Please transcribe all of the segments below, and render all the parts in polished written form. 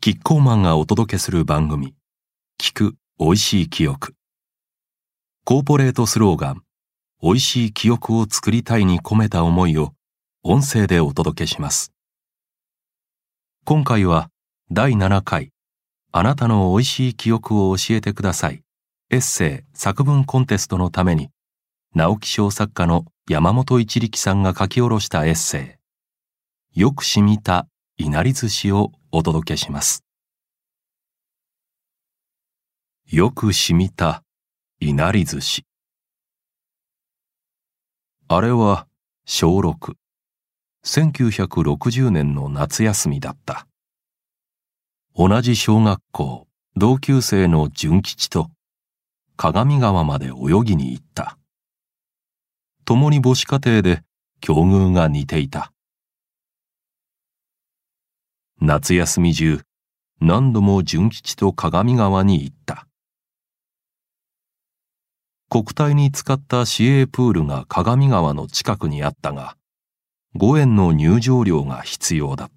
キッコーマンがお届けする番組、聞くおいしい記憶。コーポレートスローガン、おいしい記憶を作りたいに込めた思いを音声でお届けします。今回は第7回、あなたのおいしい記憶を教えてください。エッセイ作文コンテストのために、直木賞作家の山本一力さんが書き下ろしたエッセイ、よくしみたいなり寿司をお届けします。よくしみたいなり寿司。あれは小6、1960年の夏休みだった。同じ小学校、同級生の純吉と鏡川まで泳ぎに行った。共に母子家庭で境遇が似ていた。夏休み中、何度も純吉と鏡川に行った。国体に使った市営プールが鏡川の近くにあったが、5円の入場料が必要だった。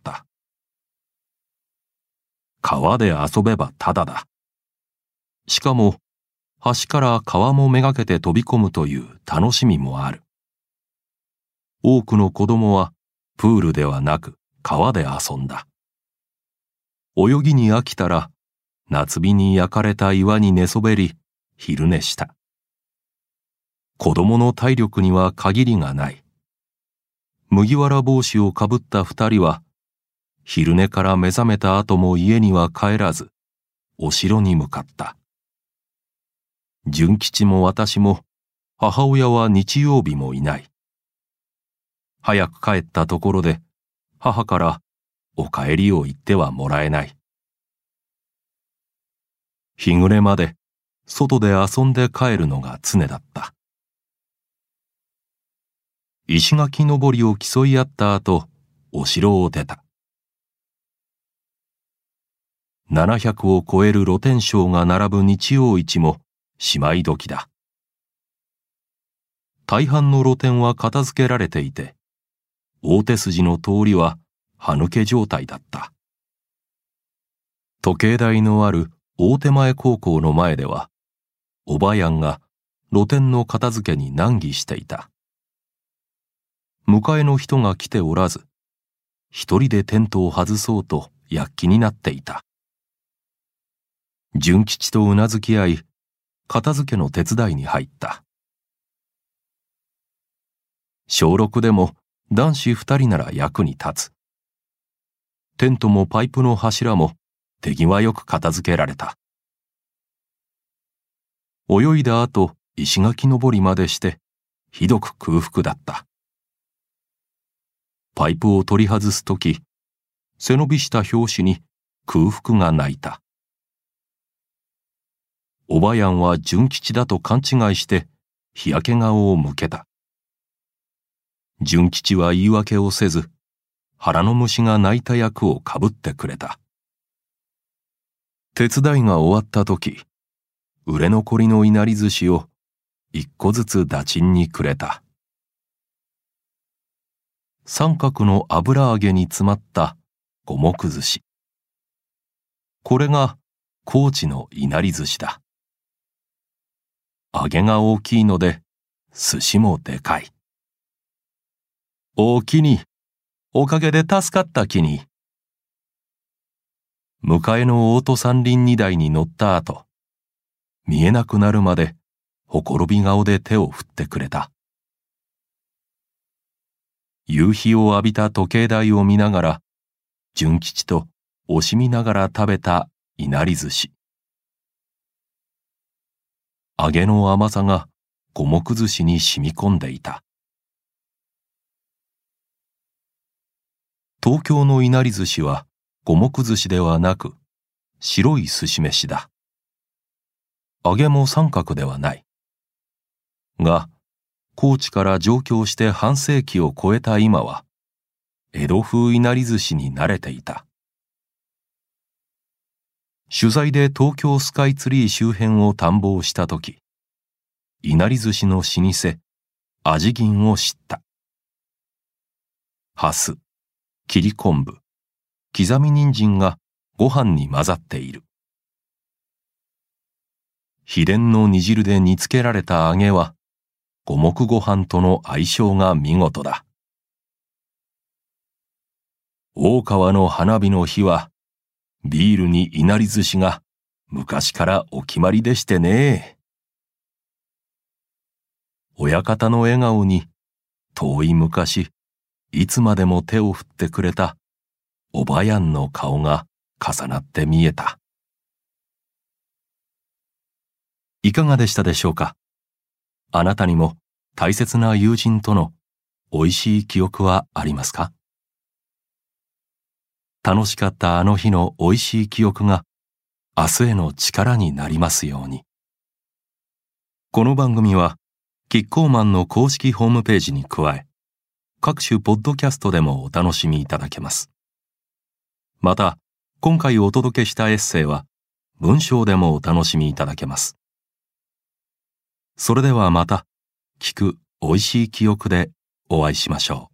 川で遊べばタダだ。しかも、橋から川もめがけて飛び込むという楽しみもある。多くの子供はプールではなく川で遊んだ。泳ぎに飽きたら、夏日に焼かれた岩に寝そべり、昼寝した。子供の体力には限りがない。麦わら帽子をかぶった二人は、昼寝から目覚めた後も家には帰らず、お城に向かった。純吉も私も、母親は日曜日もいない。早く帰ったところで、母からお帰りを言ってはもらえない。日暮れまで外で遊んで帰るのが常だった。石垣登りを競い合った後、お城を出た。700を超える露天商が並ぶ日曜市もしまい時だ。大半の露店は片付けられていて、大手筋の通りは歯抜け状態だった。時計台のある大手前高校の前では、おばやんが露店の片付けに難儀していた。迎えの人が来ておらず、一人でテントを外そうと躍起になっていた。純吉とうなずき合い、片付けの手伝いに入った。小6でも男子2人なら役に立つ。テントもパイプの柱も手際よく片付けられた。泳いだ後、石垣登りまでして、ひどく空腹だった。パイプを取り外すとき、背伸びした拍子に空腹が鳴いた。おばやんは純吉だと勘違いして日焼け顔を向けた。純吉は言い訳をせず、腹の虫が鳴いた役をかぶってくれた。手伝いが終わったとき、売れ残りのいなり寿司を一個ずつダチンにくれた。三角の油揚げに詰まった五目寿司。これが高知のいなり寿司だ。揚げが大きいので、寿司もでかい。おおきに、おかげで助かったきに。迎えのオート三輪荷台に乗った後、見えなくなるまで、ほころび顔で手を振ってくれた。夕日を浴びた時計台を見ながら、純吉と惜しみながら食べたいなり寿司。揚げの甘さが五目寿司に染み込んでいた。東京のいなり寿司は五目寿司ではなく白い寿司飯だ。揚げも三角ではない。が、高知から上京して半世紀を超えた今は、江戸風いなり寿司に慣れていた。取材で東京スカイツリー周辺を探訪したとき、いなり寿司の老舗、味銀を知った。ハス、切り昆布、刻み人参がご飯に混ざっている。秘伝の煮汁で煮つけられた揚げは、五目ご飯との相性が見事だ。大川の花火の日は、ビールにいなり寿司が昔からお決まりでしてね。親方の笑顔に遠い昔、いつまでも手を振ってくれたおばやんの顔が重なって見えた。いかがでしたでしょうか。あなたにも大切な友人との美味しい記憶はありますか。楽しかったあの日の美味しい記憶が明日への力になりますように。この番組はキッコーマンの公式ホームページに加え、各種ポッドキャストでもお楽しみいただけます。また、今回お届けしたエッセイは文章でもお楽しみいただけます。それではまた、聞く美味しい記憶でお会いしましょう。